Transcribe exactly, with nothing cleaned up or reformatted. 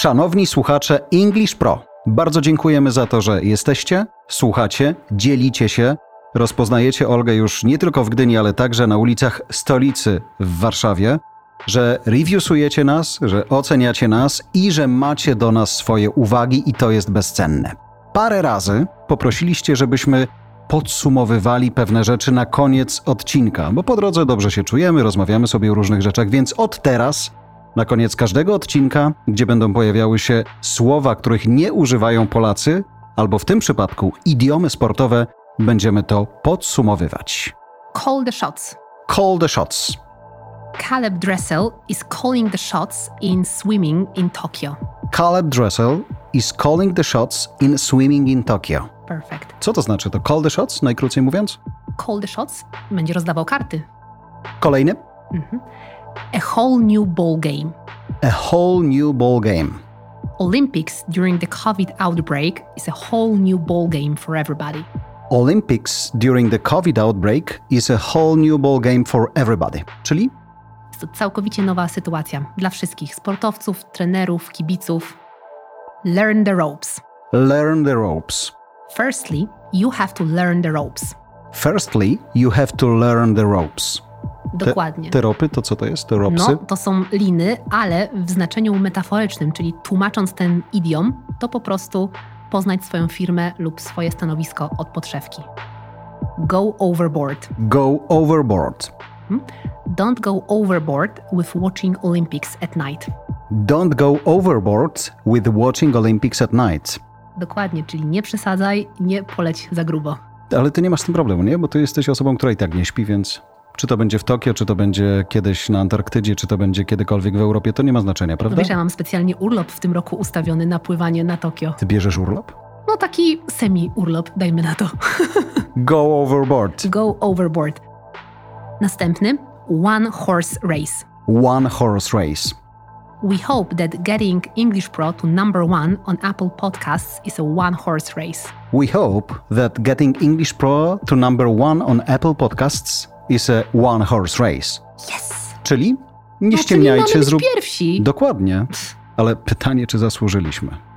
Szanowni słuchacze English Pro, bardzo dziękujemy za to, że jesteście, słuchacie, dzielicie się, rozpoznajecie Olgę już nie tylko w Gdyni, ale także na ulicach stolicy w Warszawie, że reviewsujecie nas, że oceniacie nas i że macie do nas swoje uwagi i to jest bezcenne. Parę razy poprosiliście, żebyśmy podsumowywali pewne rzeczy na koniec odcinka, bo po drodze dobrze się czujemy, rozmawiamy sobie o różnych rzeczach, więc od teraz, na koniec każdego odcinka, gdzie będą pojawiały się słowa, których nie używają Polacy, albo w tym przypadku idiomy sportowe, będziemy to podsumowywać. Call the shots. Call the shots. Caleb Dressel is calling the shots in swimming in Tokyo. Caleb Dressel is calling the shots in swimming in Tokyo. Perfect. Co to znaczy to call the shots, najkrócej mówiąc? Call the shots będzie rozdawał karty. Kolejny. Mhm. A whole new ball game. A whole new ball game. Olympics during the COVID outbreak is a whole new ball game for everybody. Olympics during the COVID outbreak is a whole new ball game for everybody. Czyli? Jest to całkowicie nowa sytuacja dla wszystkich sportowców, trenerów, kibiców. Learn the ropes. Learn the ropes. Firstly, you have to learn the ropes. Firstly, you have to learn the ropes. Dokładnie. Te, te ropy, to co to jest? Te ropsy? No, to są liny, ale w znaczeniu metaforycznym, czyli tłumacząc ten idiom, to po prostu poznać swoją firmę lub swoje stanowisko od podszewki. Go overboard. Go overboard. Hmm? Don't go overboard with watching Olympics at night. Don't go overboard with watching Olympics at night. Dokładnie, czyli nie przesadzaj, nie poleć za grubo. Ale ty nie masz z tym problemu, nie? Bo ty jesteś osobą, która i tak nie śpi, więc czy to będzie w Tokio, czy to będzie kiedyś na Antarktydzie, czy to będzie kiedykolwiek w Europie, to nie ma znaczenia, prawda? No wiesz, ja mam specjalnie urlop w tym roku ustawiony na pływanie na Tokio. Ty bierzesz urlop? No taki semi-urlop, dajmy na to. Go overboard. Go overboard. Następny, one horse race. One horse race. We hope that getting English Pro to number one on Apple Podcasts is a one horse race. We hope that getting English Pro to number one on Apple Podcasts is a one horse race. Yes! Czyli nie no, ściemniajcie, czyli mamy być zrób... pierwsi. Dokładnie. Ale pytanie, czy zasłużyliśmy?